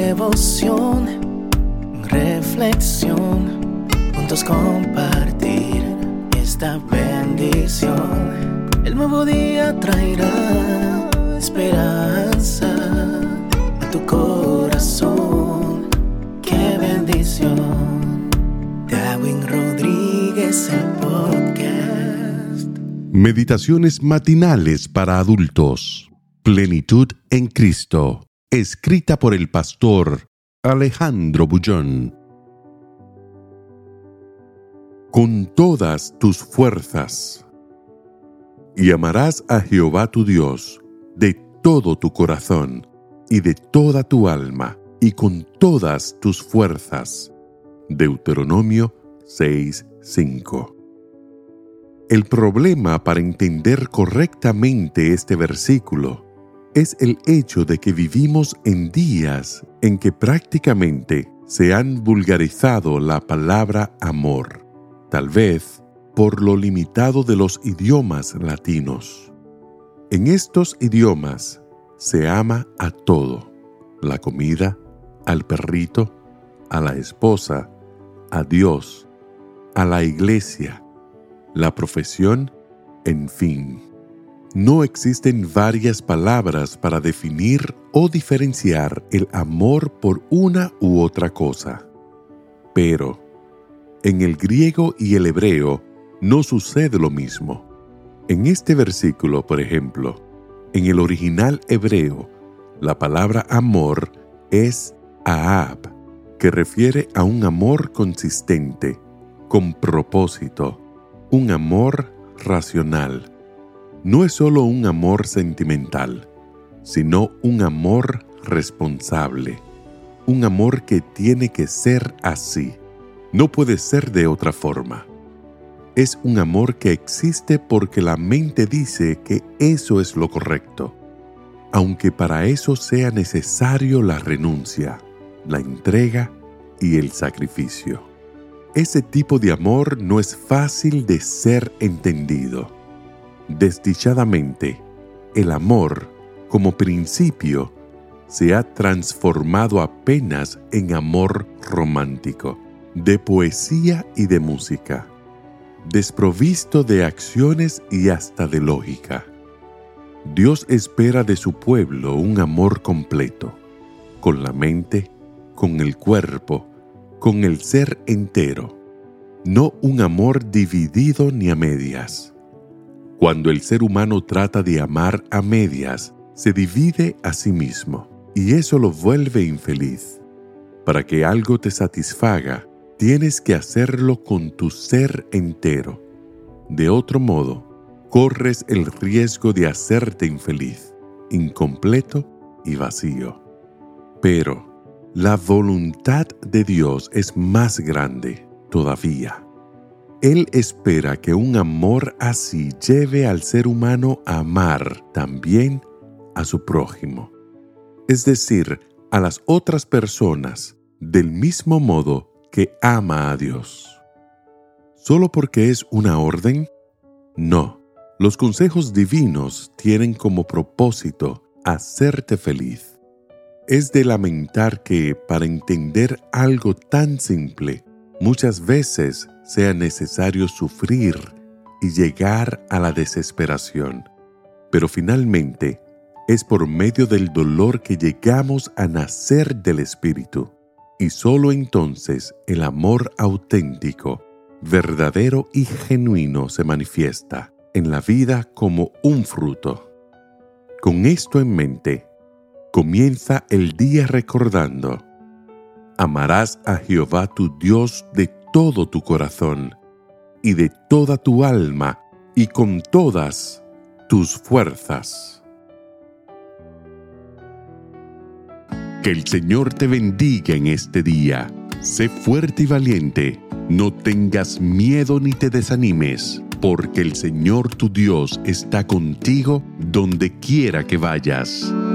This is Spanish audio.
devoción, reflexión, juntos compartir esta bendición. El nuevo día traerá esperanza a tu corazón. ¡Qué bendición! Darwin Rodríguez, el podcast. Meditaciones matinales para adultos. Plenitud en Cristo. Escrita por el pastor Alejandro Bullón. Con todas tus fuerzas. Y amarás a Jehová tu Dios de todo tu corazón y de toda tu alma y con todas tus fuerzas. Deuteronomio 6:5. El problema para entender correctamente este versículo es el hecho de que vivimos en días en que prácticamente se han vulgarizado la palabra amor, tal vez por lo limitado de los idiomas latinos. En estos idiomas se ama a todo: la comida, al perrito, a la esposa, a Dios, a la iglesia, la profesión, en fin. No existen varias palabras para definir o diferenciar el amor por una u otra cosa. Pero en el griego y el hebreo no sucede lo mismo. En este versículo, por ejemplo, en el original hebreo, la palabra amor es ahab, que refiere a un amor consistente, con propósito, un amor racional. No es solo un amor sentimental, sino un amor responsable, un amor que tiene que ser así, no puede ser de otra forma. Es un amor que existe porque la mente dice que eso es lo correcto, aunque para eso sea necesario la renuncia, la entrega y el sacrificio. Ese tipo de amor no es fácil de ser entendido. Desdichadamente, el amor, como principio, se ha transformado apenas en amor romántico, de poesía y de música, desprovisto de acciones y hasta de lógica. Dios espera de su pueblo un amor completo, con la mente, con el cuerpo, con el ser entero, no un amor dividido ni a medias. Cuando el ser humano trata de amar a medias, se divide a sí mismo, y eso lo vuelve infeliz. Para que algo te satisfaga, tienes que hacerlo con tu ser entero. De otro modo, corres el riesgo de hacerte infeliz, incompleto y vacío. Pero la voluntad de Dios es más grande todavía. Él espera que un amor así lleve al ser humano a amar también a su prójimo, es decir, a las otras personas, del mismo modo que ama a Dios. ¿Solo porque es una orden? No. Los consejos divinos tienen como propósito hacerte feliz. Es de lamentar que, para entender algo tan simple, muchas veces sea necesario sufrir y llegar a la desesperación. Pero finalmente, es por medio del dolor que llegamos a nacer del Espíritu. Y solo entonces el amor auténtico, verdadero y genuino se manifiesta en la vida como un fruto. Con esto en mente, comienza el día recordando: amarás a Jehová tu Dios de todo tu corazón y de toda tu alma y con todas tus fuerzas. Que el Señor te bendiga en este día. Sé fuerte y valiente. No tengas miedo ni te desanimes, porque el Señor tu Dios está contigo donde quiera que vayas.